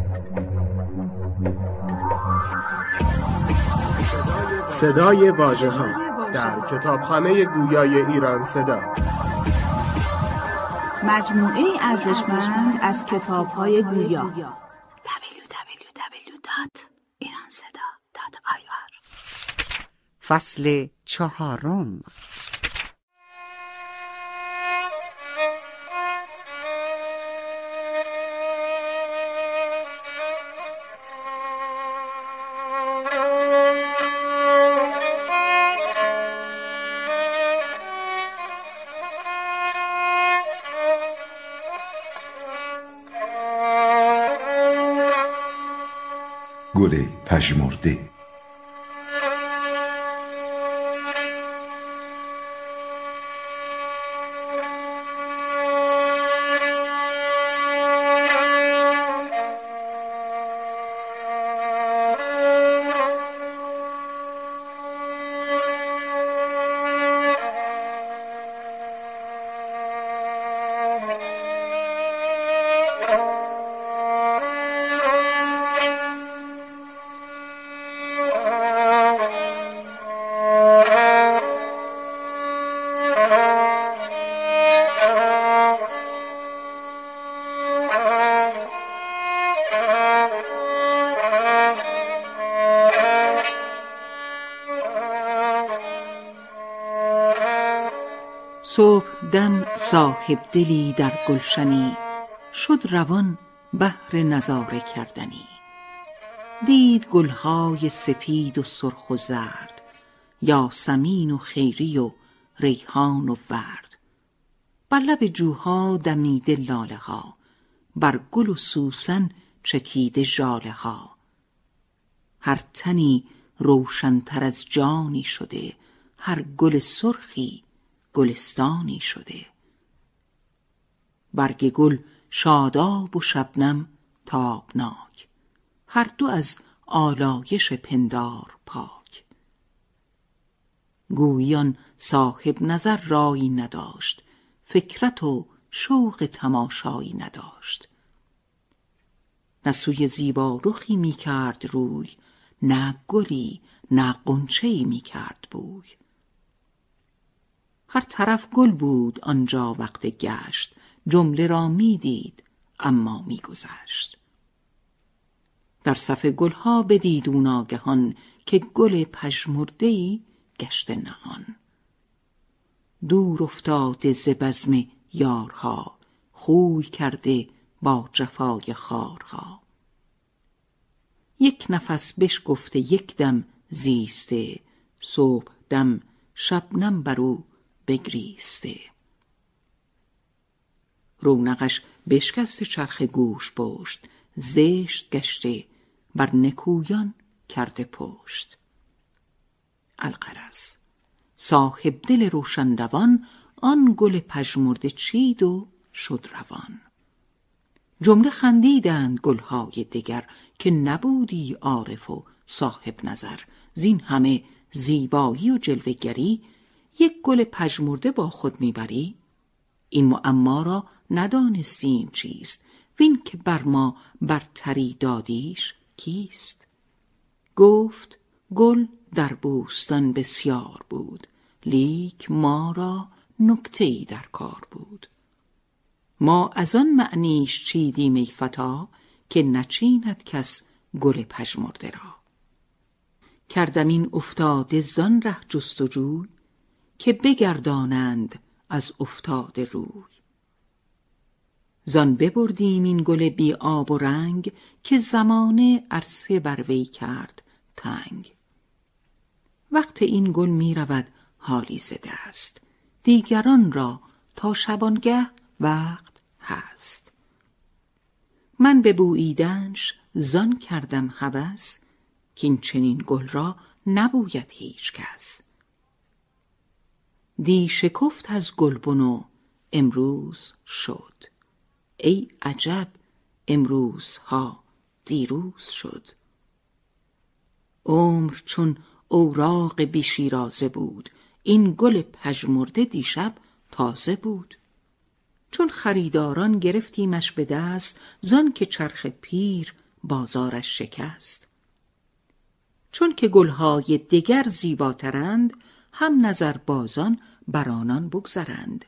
صدای واژه‌ها در کتابخانه گویای ایران صدا، مجموعه ارزشمند از کتاب‌های گویا. www.iranseda.ir. فصل 4. گل پژمرده. صبح دم صاحب دلی در گلشنی، شد روان بهر نظاره کردنی. دید گلهای سپید و سرخ و زرد، یاسمین و خیری و ریحان و ورد. بر لب جوها دمیده لاله ها، بر گل و سوسن چکیده ژاله ها. هر تنی روشن‌تر از جانی شده، هر گل سرخی گلستانی شده. برگ گل شاداب و شبنم تابناک، هر دو از آلایش پندار پاک. گویان صاحب نظر رایی نداشت، فکرت و شوق تماشایی نداشت. نه سوی زیبا رخی می کرد روی، نه گلی نه غنچه‌ای می کرد بوی. هر طرف گل بود آنجا وقت گشت، جمله را می دید اما می گذشت. در صف گلها بدید او ناگهان، که گل پژمرده‌ای گشته نهان. دور افتاده ز بزم یارها، خوی کرده با جفای خارها. یک نفس بشکفته یک دم زیسته، صبح دم شبنم بر او بگریسته. رونقش بشکسته چرخ گوش پشت، زشت گشته بر نکویان کرده پشت. الغرض صاحب دل روشن روان، آن گل پژمرده چید و شد روان. جمله خندیدند گلهای دگر، که نبودی عارف و صاحب نظر. زین همه زیبایی و جلوه‌گری، یک گل پژمرده با خود میبری؟ این معما را ندانستیم چیست، وین که بر ما برتری دادیش کیست؟ گفت گل در بوستان بسیار بود، لیک ما را نکته‌ای در کار بود. ما از آن معنیش چیدیم ای فتی، که نچیند کس گل پژمرده را. کردم این افتاده زان ره جستجوی، که بگردانند از افتاده روی. زان ببردیم این گل بی آب و رنگ، که زمانه عرصه بر وی کرد تنگ. وقت این گل می رود حالی ز دست، دیگران را تا شبانگه وقت هست. من ببوییدنش زان کردم هوس، کین چنین گل را نبوید هیچ کس. دی شکفت از گلبن و امروز شد، ای عجب امروزها دیروز شد. عمر چون اوراق بی شیرازه بود، این گل پژمرده دیشب تازه بود. چون خریداران گرفتیمش به دست، زان که چرخ پیر بازارش شکست. چون که گلهای دگر زیباترند، هم نظر بازان بر آنان بگذرند.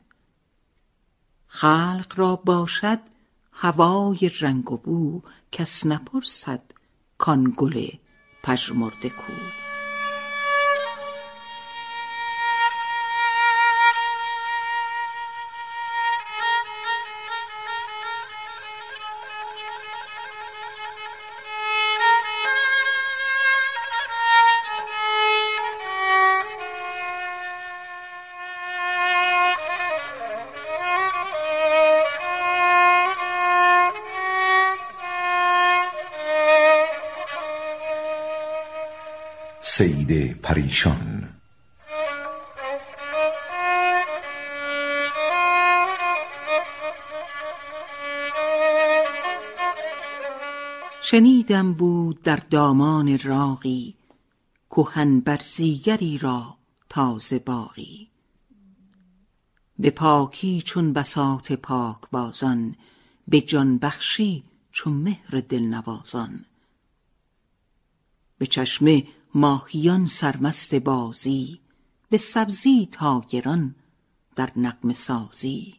خلق را باشد هوای رنگ و بو، کس نپرسد کان گل پژمرده کو. صید پریشان. شنیدم بود در دامان راغی، کهن برزیگری را تازه باغی. به پاکی چون بساط پاک بازان، به جان بخشی چون مهر دلنوازان. به چشمه ماهیان سرمست بازی، به سبزی طایران در نغمه سازی.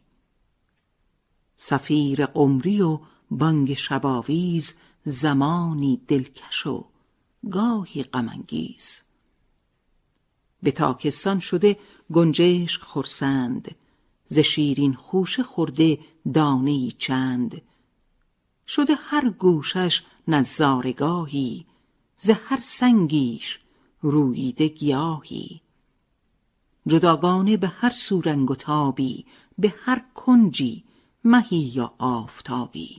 صفیر قمری و بانگ شباویز، زمانی دلکش و گاهی غم انگیز. به تاکستان شده گنجشک خرسند، ز شیرین خوشه خورده دانه‌ای چند. شده هر گوشش نظارگاهی، ز هر سنگیش روییده گیاهی. جداگانه به هر سو رنگ و تابی، به هر کنجی مهی یا آفتابی.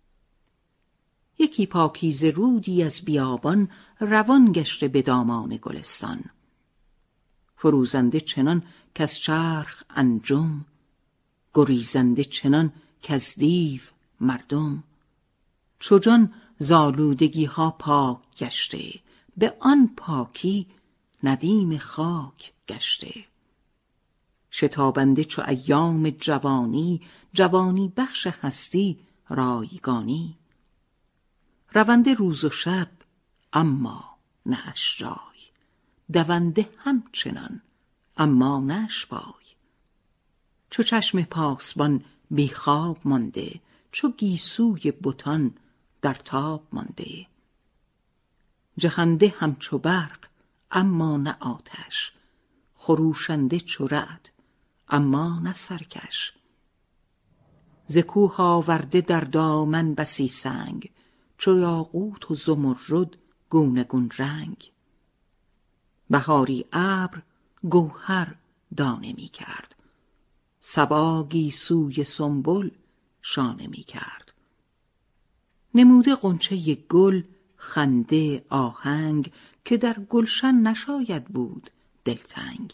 یکی پاکیزه رودی از بیابان، روان گشته به دامان گلستان. فروزنده چنان کز چرخ انجم، گریزنده چنان کز دیو مردم. چو جان زآلودگی ها پاک گشته، به آن پاکی ندیم خاک گشته. شتابنده چو ایام جوانی، جوانی بخش هستی رایگانی. رونده روز و شب اما نه اشجای، دونده همچنان اما نه اشبای. چو چشم پاسبان بی خواب مانده، چو گیسوی بتان در تاب مانده. جهنده همچو برق اما نه آتش، خروشنده چو رعد اما نه سرکش. ز کوه آورده در دامن بسی سنگ، چو یاقوت و زمرد گونه گون رنگ. بهاری ابر گوهر دانه می کرد، صبا گیسوی سنبل شانه می کرد. نموده غنچه گل خنده آهنگ، که در گلشن نشاید بود دلتنگ.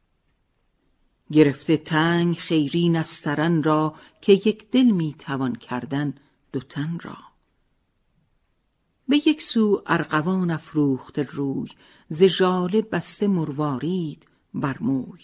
گرفته تنگ خیری نسترن را، که یک دل می توان کردن دو تن را. به یک سو ارغوان افروخته روی، ز ژاله بسته مروارید بر موی.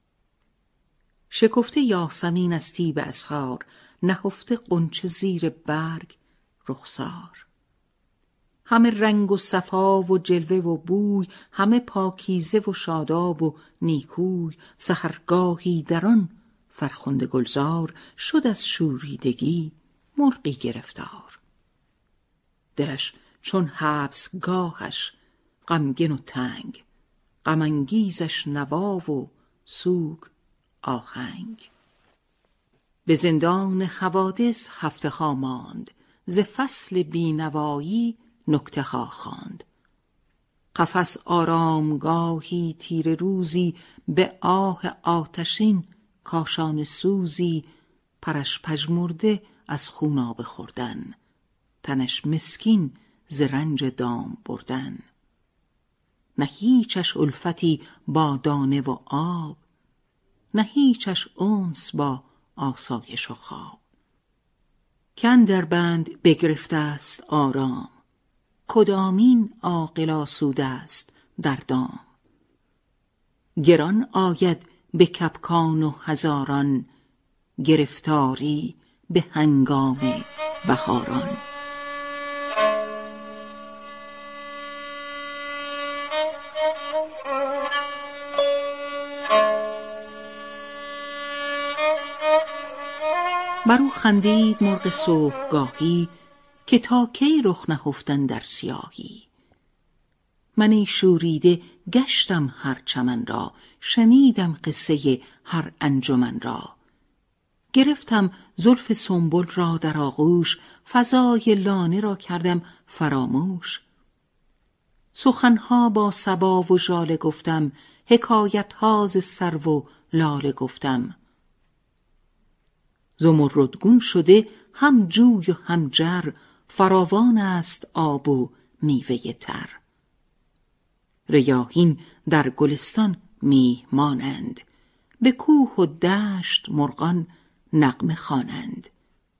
شکفته یاسمین از طیب اسحار، نهفته غنچه زیر برگ رخسار. همه رنگ و صفا و جلوه و بوی، همه پاکیزه و شاداب و نیکوی. سحرگاهی در آن فرخنده گلزار، شد از شوریدگی مرغی گرفتار. دلش چون حبسگاهش غمگن و تنگ، غم انگیزش نوا و سوگ آهنگ. به زندان حوادث هفته ها ماند، ز فصل بینوایی نکته ها خواند. قفس آرامگاهی تیره روزی، به آه آتشین کاشان سوزی. پرش پژمرده از خونابه خوردن، تنش مسکین ز رنج دام بردن. نه هیچش الفتی با دانه و آب، نه هیچش انس با آسایش و خواب. که اندر بند بگرفته است آرام، کدامین عاقل آسوده است در دام. گران آید به کبکان و هزاران، گرفتاری به هنگام بهاران. برو خندید مرغ صبحگاهی که تا کی رخ نهفتن در سیاهی. من ای شوریده گشتم هر چمن را، شنیدم قصه هر انجمن را. گرفتم زلف سنبل را در آغوش، فضای لانه را کردم فراموش. سخنها با صبا و ژاله گفتم، حکایتها ز سرو و لاله گفتم. زمردگون شده هم جوی و هم جر، فراوان است آب و میوه تر. ریاحین در گلستان میهمانند، به کوه و دشت مرغان نغمه خوانند.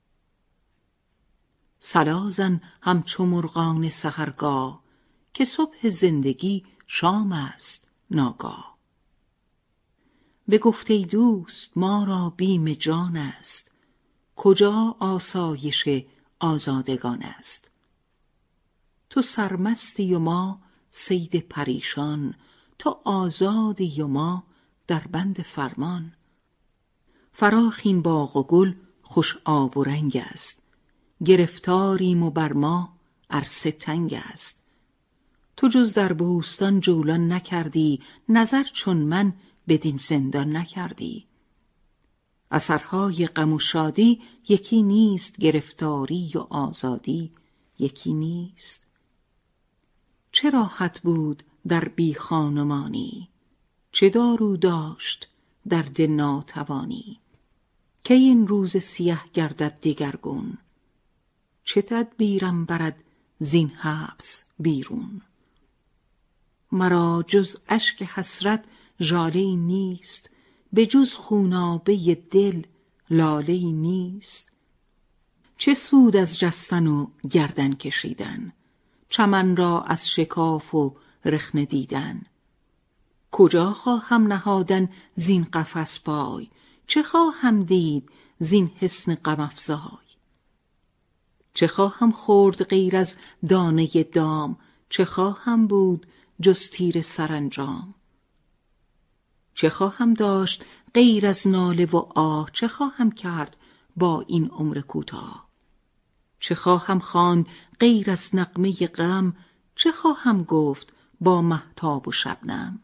صلا زن همچو مرغان سحرگاه، که صبح زندگی شام است ناگاه. بگفت ای دوست ما را بیم جان است، کجا آسایش آزادگان است. تو سرمستی و ما صید پریشان، تو آزادی و ما در بند فرمان. فراخ این باغ و گل خوش آب و رنگ است، گرفتاریم و بر ما عرصه تنگ است. تو جز در بوستان جولان نکردی، نظر چون من بدین زندان نکردی. اثرهای غم و شادی یکی نیست، گرفتاری و آزادی یکی نیست. چه راحت بود در بی خانمانی، چه دارو داشت درد ناتوانی. که این روز سیه گردد دگرگون، چه تدبیرم برد زین حبس بیرون. مرا جز اشک حسرت ژاله‌ای نیست، به جز خونابه دل لاله‌ای نیست. چه سود از جستن و گردن کشیدن، چمن را از شکاف و رخنه دیدن. کجا خواهم نهادن زین قفس پای، چه خواهم دید زین حصن غم افزای. چه خواهم خورد غیر از دانه دام، چه خواهم بود جز تیر سرانجام. چه خواهم داشت غیر از ناله و آه، چه خواهم کرد با این عمر کوتاه. چه خواهم خواند غیر از نغمه غم، چه خواهم گفت با مهتاب و شبنم.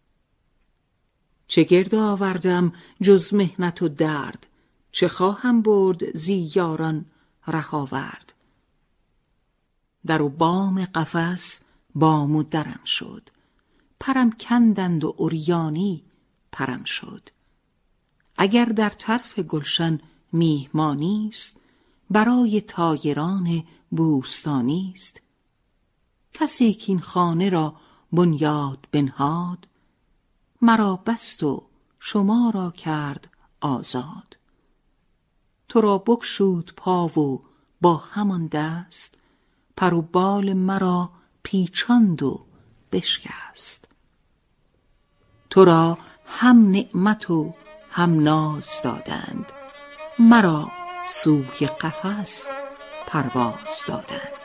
چه گرد آوردم جز محنت و درد، چه خواهم برد زی یاران ره آورد. در و بام قفس بام و درم شد، پرم کندند و عریانی پرم شد. اگر در طرف گلشن میهمانی است، برای طایران بوستانی است. کسی که این خانه را بنیاد بنهاد، مرا بست و شما را کرد آزاد. تو را بگشود پا و با همان دست، پر و بال مرا پیچاند و بشکست. تو را هم نعمت و هم ناز دادند، مرا سوی قفس پرواز دادند.